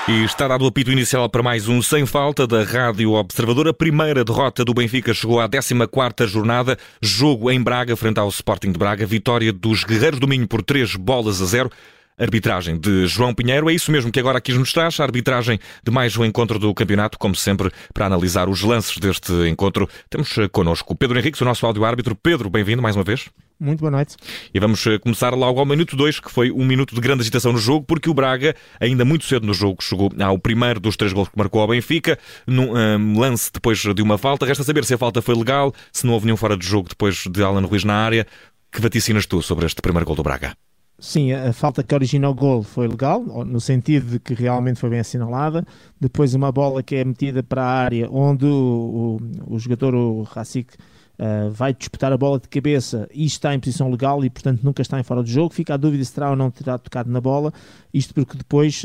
E está dado o apito inicial para mais um Sem Falta da Rádio Observador. A primeira derrota do Benfica chegou à 14ª jornada. Jogo em Braga, frente ao Sporting de Braga. Vitória dos Guerreiros do Minho por 3-0. Arbitragem de João Pinheiro. É isso mesmo que agora aqui nos traz. A arbitragem de mais um encontro do campeonato. Como sempre, para analisar os lances deste encontro, temos connosco o Pedro Henriques, o nosso áudio-árbitro. Pedro, bem-vindo mais uma vez. Muito boa noite. E vamos começar logo ao minuto 2, que foi um minuto de grande agitação no jogo, porque o Braga, ainda muito cedo no jogo, chegou ao primeiro dos 3 golos que marcou ao Benfica, num lance depois de uma falta. Resta saber se a falta foi legal, se não houve nenhum fora de jogo depois de Alan Ruiz na área. Que vaticinas tu sobre este primeiro gol do Braga? Sim, a falta que originou o gol foi legal, no sentido de que realmente foi bem assinalada. Depois uma bola que é metida para a área, onde o jogador, o Racic, vai disputar a bola de cabeça e está em posição legal e, portanto, nunca está em fora de jogo. Fica a dúvida se terá ou não terá tocado na bola. Isto porque depois,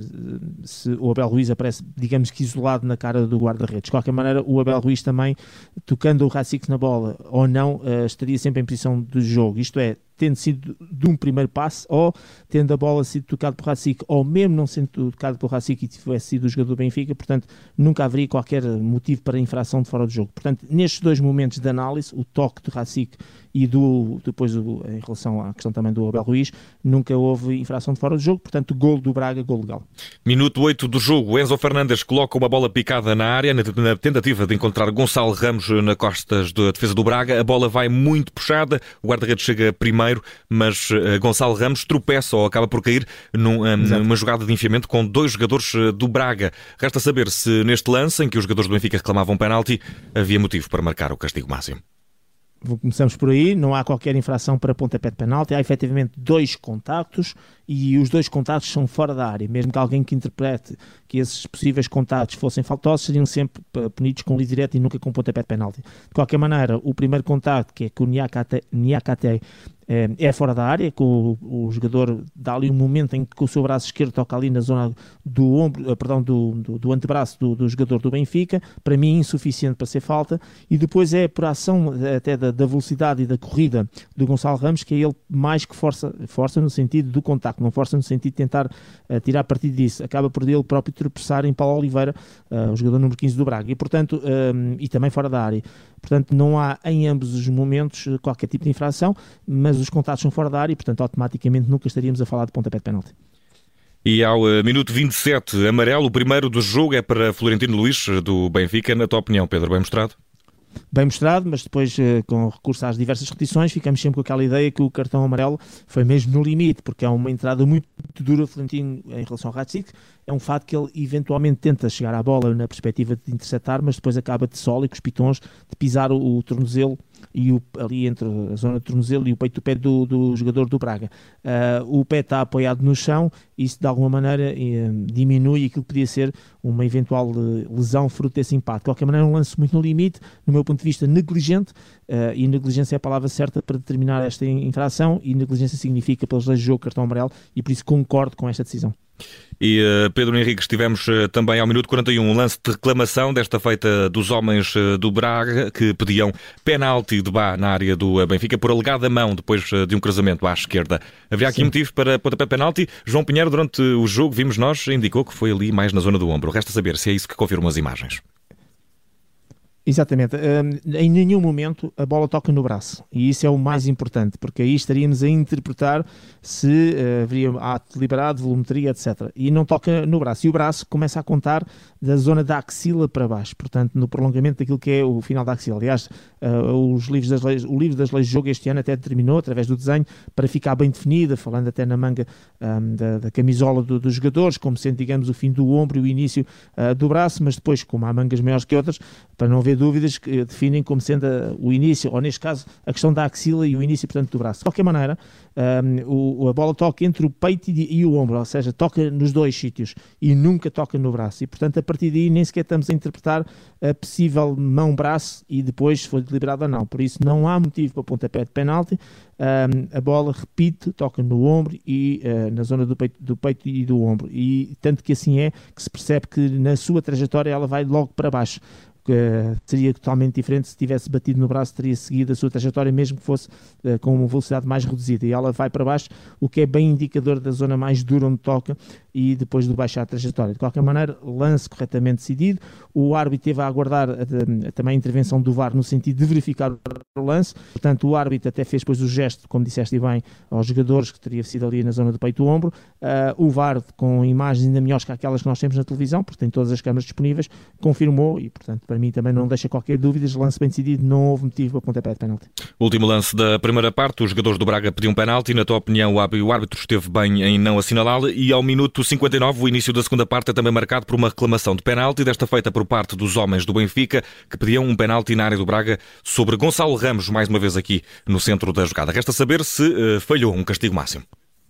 se o Abel Ruiz aparece, digamos que isolado na cara do guarda-redes. De qualquer maneira, o Abel Ruiz também, tocando o Racic na bola ou não, estaria sempre em posição de jogo. Isto é, tendo sido de um primeiro passe, ou tendo a bola sido tocada por Racic, ou mesmo não sendo tocada por Racic e tivesse sido o jogador do Benfica, portanto, nunca haveria qualquer motivo para infração de fora de jogo. Portanto, nestes dois momentos de análise, o toque do Racic e depois em relação à questão também do Abel Ruiz, nunca houve infração de fora de jogo, portanto, gol do Braga, gol legal. Minuto 8 do jogo, Enzo Fernandes coloca uma bola picada na área, na tentativa de encontrar Gonçalo Ramos na costas da defesa do Braga. A bola vai muito puxada, o guarda-redes chega primeiro, mas Gonçalo Ramos tropeça ou acaba por cair numa jogada de enfiamento com 2 jogadores do Braga. Resta saber se neste lance, em que os jogadores do Benfica reclamavam penalti, havia motivo para marcar o castigo máximo. Começamos por aí, não há qualquer infração para pontapé de penalti, há efetivamente 2 contactos e os 2 contactos são fora da área, mesmo que alguém que interprete que esses possíveis contactos fossem faltosos, seriam sempre punidos com livre direto e nunca com pontapé de penalti. De qualquer maneira, o primeiro contacto, que é com o Niakate, é fora da área, que o jogador dá ali um momento em que o seu braço esquerdo toca ali na zona do ombro, do antebraço do jogador do Benfica, para mim insuficiente para ser falta, e depois é por ação até da velocidade e da corrida do Gonçalo Ramos, que é ele mais que força no sentido do contacto, não força no sentido de tentar tirar partido disso, acaba por ele próprio tropeçar em Paulo Oliveira, o jogador número 15 do Braga, e portanto, e também fora da área. Portanto, não há em ambos os momentos qualquer tipo de infração, mas os contatos são fora da área e, portanto, automaticamente nunca estaríamos a falar de pontapé de penalti. E ao minuto 27, amarelo, o primeiro do jogo é para Florentino Luís, do Benfica. Na tua opinião, Pedro, bem mostrado? Bem mostrado, mas depois, com recurso às diversas repetições, ficamos sempre com aquela ideia que o cartão amarelo foi mesmo no limite, porque é uma entrada muito dura de Florentino em relação ao Racic. É um fato que ele eventualmente tenta chegar à bola na perspectiva de interceptar, mas depois acaba de solo e com os pitons de pisar o tornozelo e ali entre a zona do tornozelo e o peito do pé do jogador do Braga. O pé está apoiado no chão e isso de alguma maneira diminui aquilo que podia ser uma eventual lesão fruto desse impacto. De qualquer maneira, um lance muito no limite, no meu ponto de vista negligente, e negligência é a palavra certa para determinar esta infração, e negligência significa pelas leis de jogo cartão amarelo, e por isso concordo com esta decisão. E Pedro Henriques, tivemos também ao minuto 41 um lance de reclamação, desta feita dos homens do Braga, que pediam penalti de Bá na área do Benfica por alegada mão depois de um cruzamento à esquerda. Havia aqui motivo para pontapé de penalti. João Pinheiro, durante o jogo, vimos nós, indicou que foi ali mais na zona do ombro. Resta saber se é isso que confirmam as imagens. Exatamente, em nenhum momento a bola toca no braço e isso é o mais importante, porque aí estaríamos a interpretar se haveria ato deliberado, volumetria, etc. E não toca no braço, e o braço começa a contar da zona da axila para baixo, portanto no prolongamento daquilo que é o final da axila. Aliás, o livro das leis de jogo este ano até determinou, através do desenho, para ficar bem definida, falando até na manga da camisola dos jogadores, como sendo, digamos, o fim do ombro e o início do braço, mas depois, como há mangas maiores que outras, para não haver dúvidas, que definem como sendo o início, ou neste caso a questão da axila e o início, portanto, do braço. De qualquer maneira, a bola toca entre o peito e o ombro, ou seja, toca nos 2 sítios e nunca toca no braço, e portanto a partir daí nem sequer estamos a interpretar a possível mão-braço e depois se foi deliberado ou não, por isso não há motivo para pontapé de penalti. A bola, repito, toca no ombro e na zona do peito e do ombro, e tanto que assim é que se percebe que na sua trajetória ela vai logo para baixo. que seria totalmente diferente. Se tivesse batido no braço, teria seguido a sua trajetória, mesmo que fosse com uma velocidade mais reduzida, e ela vai para baixo, o que é bem indicador da zona mais dura onde toca, e depois de baixar a trajetória. De qualquer maneira, lance corretamente decidido. O árbitro teve a aguardar também a intervenção do VAR no sentido de verificar o lance. Portanto, o árbitro até fez depois o gesto, como disseste bem, aos jogadores, que teria sido ali na zona do peito do ombro. O VAR, com imagens ainda melhores que aquelas que nós temos na televisão, porque tem todas as câmaras disponíveis, confirmou, e portanto para mim também não deixa qualquer dúvida, lance bem decidido, não houve motivo para pontapé de penalti. Último lance da primeira parte, os jogadores do Braga pediam penalti. Na tua opinião, o árbitro esteve bem em não assinalá-lo, e ao minuto 59, o início da segunda parte é também marcado por uma reclamação de penalti, desta feita por parte dos homens do Benfica, que pediam um penalti na área do Braga sobre Gonçalo Ramos, mais uma vez aqui no centro da jogada. Resta saber se falhou um castigo máximo.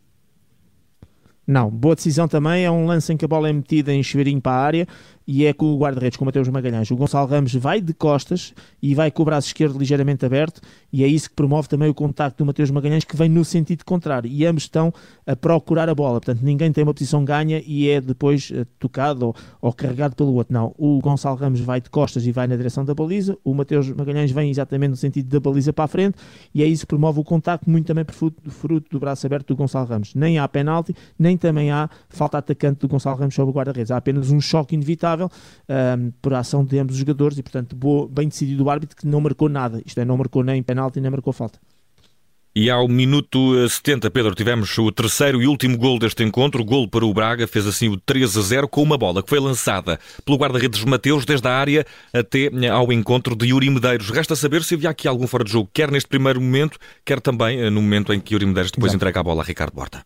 Não, boa decisão também. É um lance em que a bola é metida em chuveirinho para a área, e é com o guarda-redes, com o Mateus Magalhães. O Gonçalo Ramos vai de costas e vai com o braço esquerdo ligeiramente aberto, e é isso que promove também o contacto do Mateus Magalhães, que vem no sentido contrário, e ambos estão a procurar a bola. Portanto, ninguém tem uma posição ganha e é depois tocado ou carregado pelo outro. Não, o Gonçalo Ramos vai de costas e vai na direção da baliza, o Mateus Magalhães vem exatamente no sentido da baliza para a frente, e é isso que promove o contacto, muito também fruto do braço aberto do Gonçalo Ramos. Nem há penalti, nem também há falta atacante do Gonçalo Ramos sobre o guarda-redes. Há apenas um choque inevitável por ação de ambos os jogadores, e portanto bem decidido o árbitro, que não marcou nada, isto é, não marcou nem penalti nem marcou falta. E ao minuto 70, Pedro, tivemos o terceiro e último gol deste encontro. O gol para o Braga fez assim o 3-0 com uma bola que foi lançada pelo guarda-redes Mateus desde a área até ao encontro de Yuri Medeiros. Resta saber se havia aqui algum fora de jogo, quer neste primeiro momento, quer também no momento em que Yuri Medeiros depois entrega a bola a Ricardo Horta.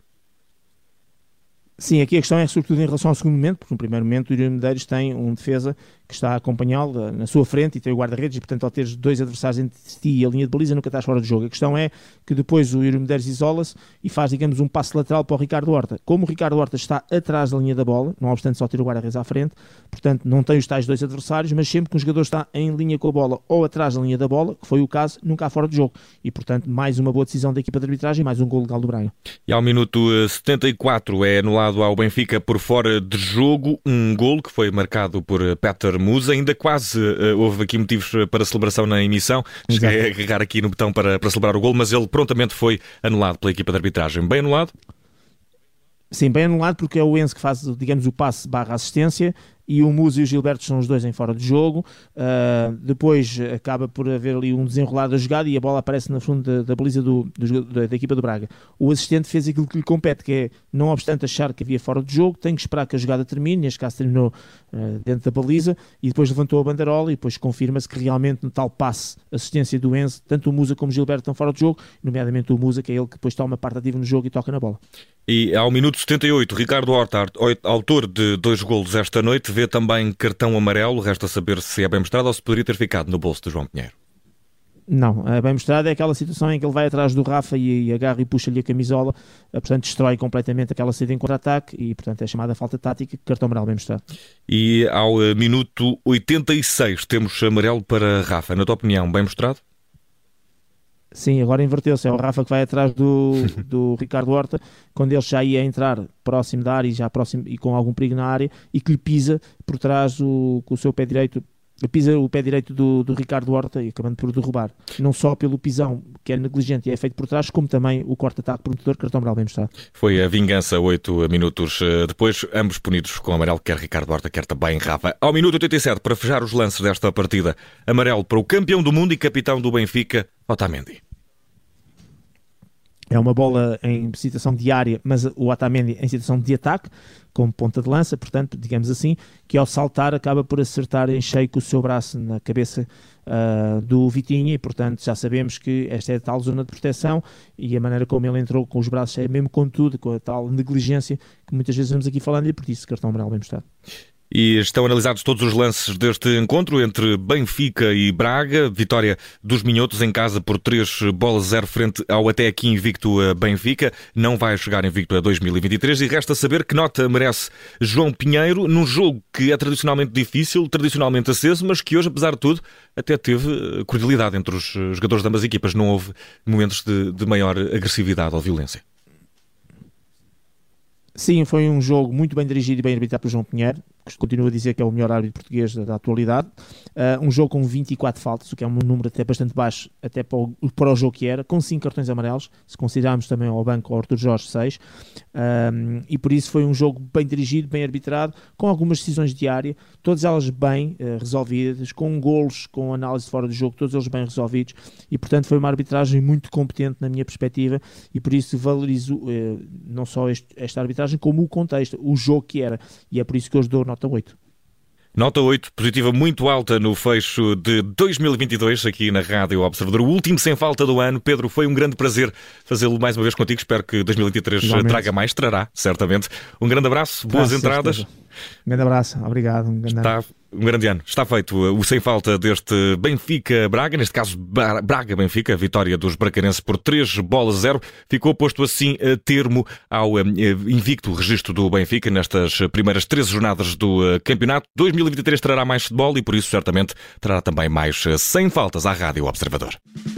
Sim, aqui a questão é sobretudo em relação ao segundo momento, porque no primeiro momento o Yuri Medeiros tem um defesa que está a acompanhá-lo na sua frente e tem o guarda-redes, e portanto ao teres dois adversários entre ti e a linha de baliza nunca estás fora de jogo. A questão é que depois o Yuri Medeiros isola-se e faz, digamos, um passe lateral para o Ricardo Horta. Como o Ricardo Horta está atrás da linha da bola, não obstante só ter o guarda-redes à frente, portanto não tem os tais dois adversários, mas sempre que um jogador está em linha com a bola ou atrás da linha da bola, que foi o caso, nunca há fora de jogo. E portanto mais uma boa decisão da equipa de arbitragem, mais um gol legal do Braga. E ao minuto 74 é anulado ao Benfica por fora de jogo, um gol que foi marcado por Petar Musa. Ainda quase houve aqui motivos para celebração na emissão. Cheguei a agarrar aqui no botão para celebrar o gol, mas ele prontamente foi anulado pela equipa de arbitragem. Bem anulado? Sim, bem anulado, porque é o Enzo que faz, digamos, o passe barra assistência, e o Musa e o Gilberto são os dois em fora de jogo. Depois acaba por haver ali um desenrolar da jogada e a bola aparece na fundo da baliza da equipa do Braga. O assistente fez aquilo que lhe compete, que é, não obstante achar que havia fora de jogo, tem que esperar que a jogada termine. Neste caso terminou dentro da baliza, e depois levantou a banderola, e depois confirma-se que realmente no tal passe, assistência do Enzo, tanto o Musa como o Gilberto estão fora de jogo, nomeadamente o Musa, que é ele que depois toma parte ativa no jogo e toca na bola. E ao minuto 78, Ricardo Horta, autor de 2 golos esta noite, vê também cartão amarelo. Resta saber se é bem mostrado ou se poderia ter ficado no bolso de João Pinheiro. Não, é bem mostrado. É aquela situação em que ele vai atrás do Rafa e agarra e puxa-lhe a camisola, portanto destrói completamente aquela saída em contra-ataque, e portanto é chamada falta tática. Cartão amarelo bem mostrado. E ao minuto 86 temos amarelo para Rafa. Na tua opinião, bem mostrado? Sim, agora inverteu-se. É o Rafa que vai atrás do Ricardo Horta, quando ele já ia entrar próximo da área, já próximo e com algum perigo na área, e que lhe pisa por trás com o seu pé direito. Pisa o pé direito do Ricardo Horta, e acabando por derrubar. Não só pelo pisão, que é negligente e é feito por trás, como também o corte-ataque prometedor. Cartão amarelo bem mostrado. Foi a vingança 8 minutos depois, ambos punidos com amarelo, quer Ricardo Horta, quer também Rafa. Ao minuto 87, para fechar os lances desta partida, amarelo para o campeão do mundo e capitão do Benfica, Otamendi. É uma bola em situação de área, mas o Otamendi em situação de ataque, como ponta de lança, portanto, digamos assim, que ao saltar acaba por acertar em cheio com o seu braço na cabeça do Vitinha, e portanto já sabemos que esta é a tal zona de proteção, e a maneira como ele entrou com os braços é mesmo com tudo, com a tal negligência que muitas vezes vamos aqui falando, e por isso cartão amarelo bem mostrado. E estão analisados todos os lances deste encontro entre Benfica e Braga. Vitória dos Minhotos em casa por 3-0 frente ao até aqui invicto Benfica. Não vai chegar invicto a 2023, e resta saber que nota merece João Pinheiro num jogo que é tradicionalmente difícil, tradicionalmente aceso, mas que hoje, apesar de tudo, até teve cordialidade entre os jogadores de ambas equipas. Não houve momentos de maior agressividade ou violência. Sim, foi um jogo muito bem dirigido e bem arbitrado por João Pinheiro, continuo a dizer que é o melhor árbitro português da atualidade. Um jogo com 24 faltas, o que é um número até bastante baixo, até para o jogo que era, com 5 cartões amarelos, se considerarmos também ao banco o Arthur Jorge 6, e por isso foi um jogo bem dirigido, bem arbitrado, com algumas decisões de área, todas elas bem resolvidas, com golos, com análise fora do jogo, todos eles bem resolvidos, e portanto foi uma arbitragem muito competente na minha perspectiva, e por isso valorizo não só esta arbitragem, como o contexto, o jogo que era, e é por isso que hoje dou nota 8. Nota 8, positiva muito alta no fecho de 2022 aqui na Rádio Observador. O último sem falta do ano. Pedro, foi um grande prazer fazê-lo mais uma vez contigo. Espero que 2023 traga mais, trará, certamente. Um grande abraço, boas entradas. Um grande abraço, obrigado. Um grande ano. Está feito o sem falta deste Benfica-Braga, neste caso Braga-Benfica, a vitória dos bracarenses por 3-0. Ficou posto assim a termo ao invicto registro do Benfica nestas primeiras 13 jornadas do campeonato. 2023 trará mais futebol e por isso certamente trará também mais sem faltas à Rádio Observador.